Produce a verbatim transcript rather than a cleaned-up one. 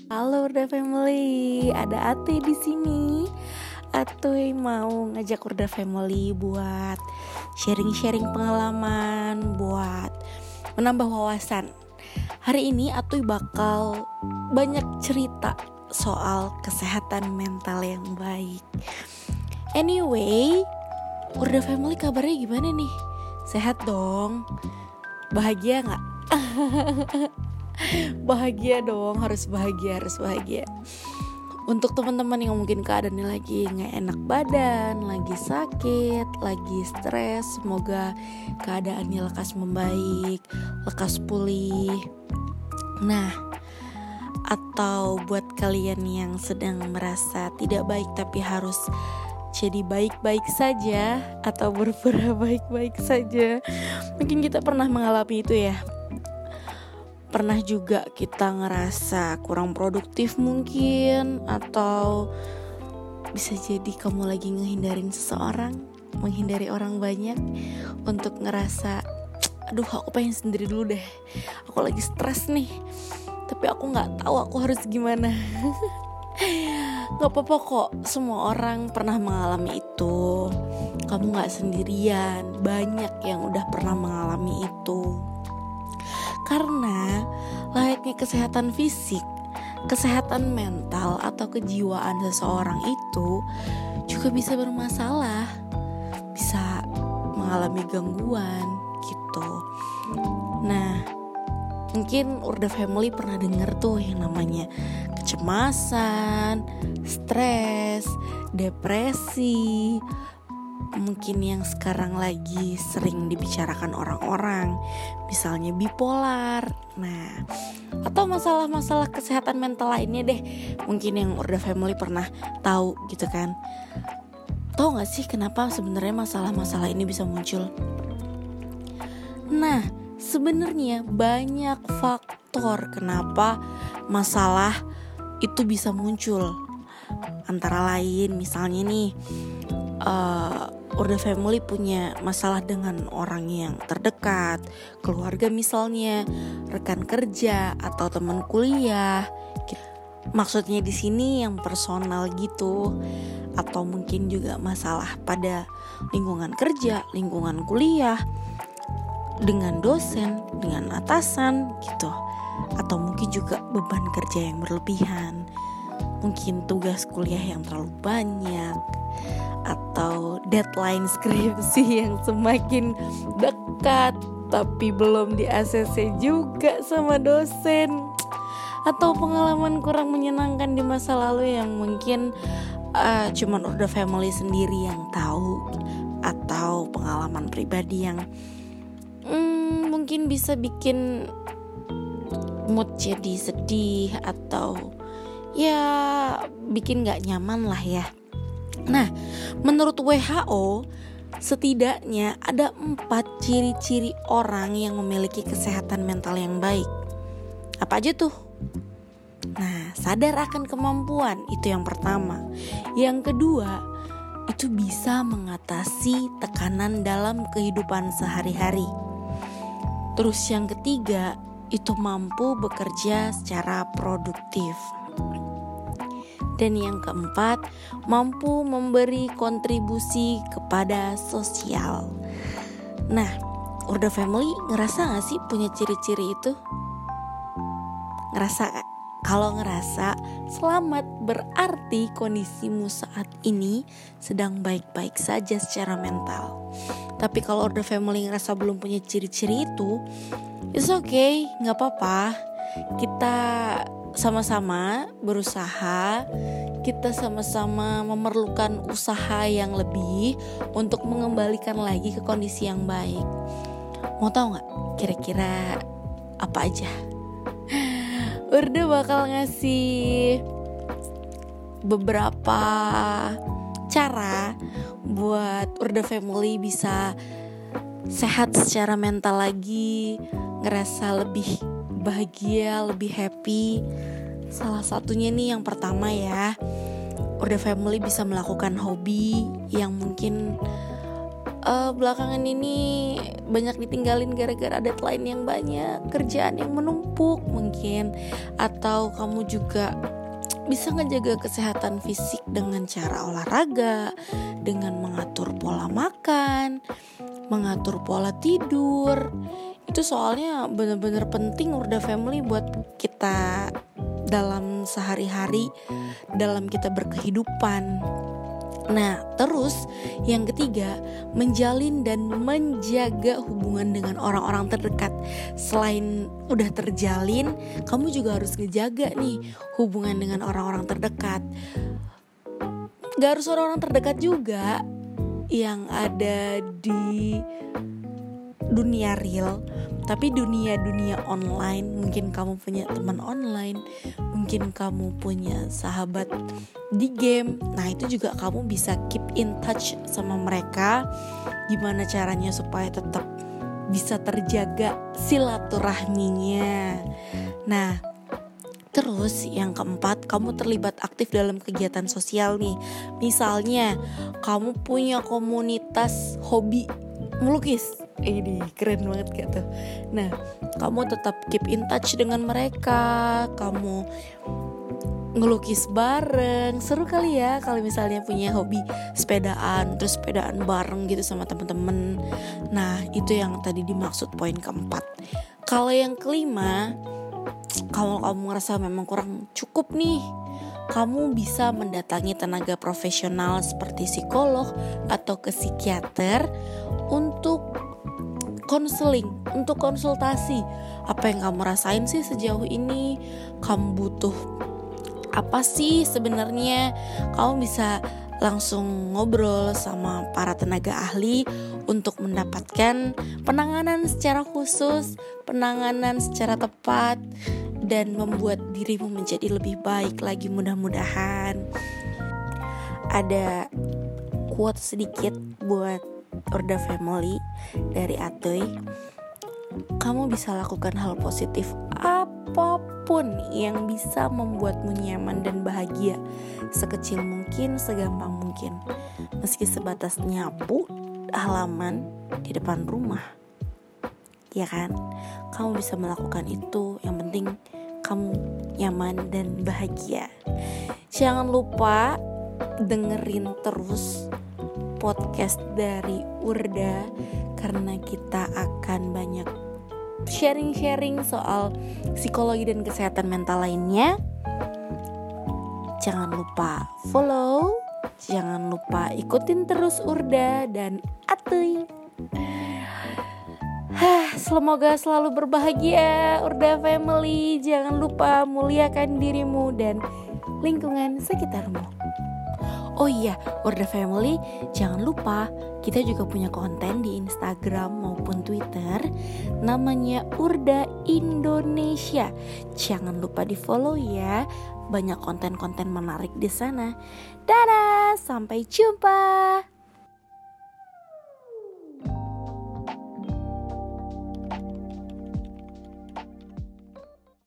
Halo Urda Family, ada Ate di sini. Ate mau ngajak Urda Family buat sharing-sharing pengalaman, buat menambah wawasan. Hari ini Ate bakal banyak cerita soal kesehatan mental yang baik. Anyway, Urda Family kabarnya gimana nih? Sehat dong? Bahagia gak? Bahagia dong, harus bahagia, harus bahagia. Untuk teman-teman yang mungkin keadaannya lagi gak enak badan, lagi sakit, lagi stres, semoga keadaannya lekas membaik, lekas pulih. Nah, atau buat kalian yang sedang merasa tidak baik tapi harus jadi baik-baik saja atau berpura baik-baik saja, mungkin kita pernah mengalami itu ya. Pernah juga kita ngerasa kurang produktif mungkin, atau bisa jadi kamu lagi ngehindarin seseorang, menghindari orang banyak untuk ngerasa, aduh aku pengen sendiri dulu deh, aku lagi stres nih, tapi aku gak tahu aku harus gimana. Gak apa-apa kok, semua orang pernah mengalami itu. Kamu gak sendirian, banyak yang udah pernah mengalami itu. Karena layaknya kesehatan fisik, kesehatan mental atau kejiwaan seseorang itu juga bisa bermasalah, bisa mengalami gangguan gitu. Nah, mungkin Urda Family pernah dengar tuh yang namanya kecemasan, stres, depresi, mungkin yang sekarang lagi sering dibicarakan orang-orang, misalnya bipolar. Nah, atau masalah-masalah kesehatan mental lainnya deh, mungkin yang Urda Family pernah tahu gitu kan. Tahu gak sih kenapa sebenarnya masalah-masalah ini bisa muncul? Nah, sebenarnya banyak faktor kenapa masalah itu bisa muncul. Antara lain misalnya nih, uh, Urda Family punya masalah dengan orang yang terdekat, keluarga misalnya, rekan kerja atau teman kuliah. Maksudnya di sini yang personal gitu, atau mungkin juga masalah pada lingkungan kerja, lingkungan kuliah, dengan dosen, dengan atasan gitu, atau mungkin juga beban kerja yang berlebihan, mungkin tugas kuliah yang terlalu banyak, atau deadline skripsi yang semakin dekat tapi belum di A C C juga sama dosen, atau pengalaman kurang menyenangkan di masa lalu yang mungkin uh, cuman Urda Family sendiri yang tahu, atau pengalaman pribadi yang hmm, mungkin bisa bikin mood jadi sedih atau ya bikin gak nyaman lah ya. Nah, menurut W H O setidaknya ada empat ciri-ciri orang yang memiliki kesehatan mental yang baik. Apa aja tuh? Nah, sadar akan kemampuan, itu yang pertama. Yang kedua, itu bisa mengatasi tekanan dalam kehidupan sehari-hari. Terus yang ketiga, itu mampu bekerja secara produktif. Dan yang keempat, mampu memberi kontribusi kepada sosial. Nah, Urda Family ngerasa gak sih punya ciri-ciri itu? Ngerasa gak? Kalau ngerasa, selamat, berarti kondisimu saat ini sedang baik-baik saja secara mental. Tapi kalau Urda Family ngerasa belum punya ciri-ciri itu, it's okay, gak apa-apa. Kita sama-sama berusaha, kita sama-sama memerlukan usaha yang lebih untuk mengembalikan lagi ke kondisi yang baik. Mau tahu gak kira-kira apa aja? Urda bakal ngasih beberapa cara buat Urda Family bisa sehat secara mental lagi, ngerasa lebih bahagia, lebih happy. Salah satunya nih yang pertama ya, Urda Family bisa melakukan hobi yang mungkin uh, belakangan ini banyak ditinggalin gara-gara deadline yang banyak, kerjaan yang menumpuk mungkin. Atau kamu juga bisa ngejaga kesehatan fisik dengan cara olahraga, dengan mengatur pola makan, mengatur pola tidur. Itu soalnya benar-benar penting Urda Family buat kita dalam sehari-hari, dalam kita berkehidupan. Nah, terus yang ketiga, menjalin dan menjaga hubungan dengan orang-orang terdekat. Selain udah terjalin, kamu juga harus ngejaga nih hubungan dengan orang-orang terdekat. Gak harus orang-orang terdekat juga yang ada di dunia real, tapi dunia-dunia online. Mungkin kamu punya teman online, mungkin kamu punya sahabat di game. Nah, itu juga kamu bisa keep in touch sama mereka. Gimana caranya supaya tetap bisa terjaga silaturahminya. Nah, terus yang keempat, kamu terlibat aktif dalam kegiatan sosial nih. Misalnya kamu punya komunitas hobi melukis. Ini keren banget gitu. Nah, kamu tetap keep in touch dengan mereka. Kamu ngelukis bareng. Seru kali ya kalau misalnya punya hobi sepedaan, terus sepedaan bareng gitu sama teman-teman. Nah, itu yang tadi dimaksud poin keempat. Kalau yang kelima, kalau kamu ngerasa memang kurang cukup nih, kamu bisa mendatangi tenaga profesional seperti psikolog atau ke psikiater untuk konseling, untuk konsultasi. Apa yang kamu rasain sih sejauh ini? Kamu butuh apa sih sebenarnya? Kamu bisa langsung ngobrol sama para tenaga ahli untuk mendapatkan penanganan secara khusus, penanganan secara tepat, dan membuat dirimu menjadi lebih baik lagi mudah-mudahan. Ada quote sedikit buat Urda Family dari Atoy. Kamu bisa lakukan hal positif apapun yang bisa membuatmu nyaman dan bahagia, sekecil mungkin, segampang mungkin, meski sebatas nyapu halaman di depan rumah. Ya kan? Kamu bisa melakukan itu. Yang penting kamu nyaman dan bahagia. Jangan lupa dengerin terus podcast dari Urda, karena kita akan banyak sharing-sharing soal psikologi dan kesehatan mental lainnya. Jangan lupa follow, jangan lupa ikutin terus Urda dan Atoy. Hah, semoga selalu berbahagia Urda Family. Jangan lupa muliakan dirimu dan lingkungan sekitarmu. Oh iya, Urda Family, jangan lupa kita juga punya konten di Instagram maupun Twitter, namanya Urda Indonesia. Jangan lupa di follow ya, banyak konten-konten menarik di sana. Dadah, sampai jumpa.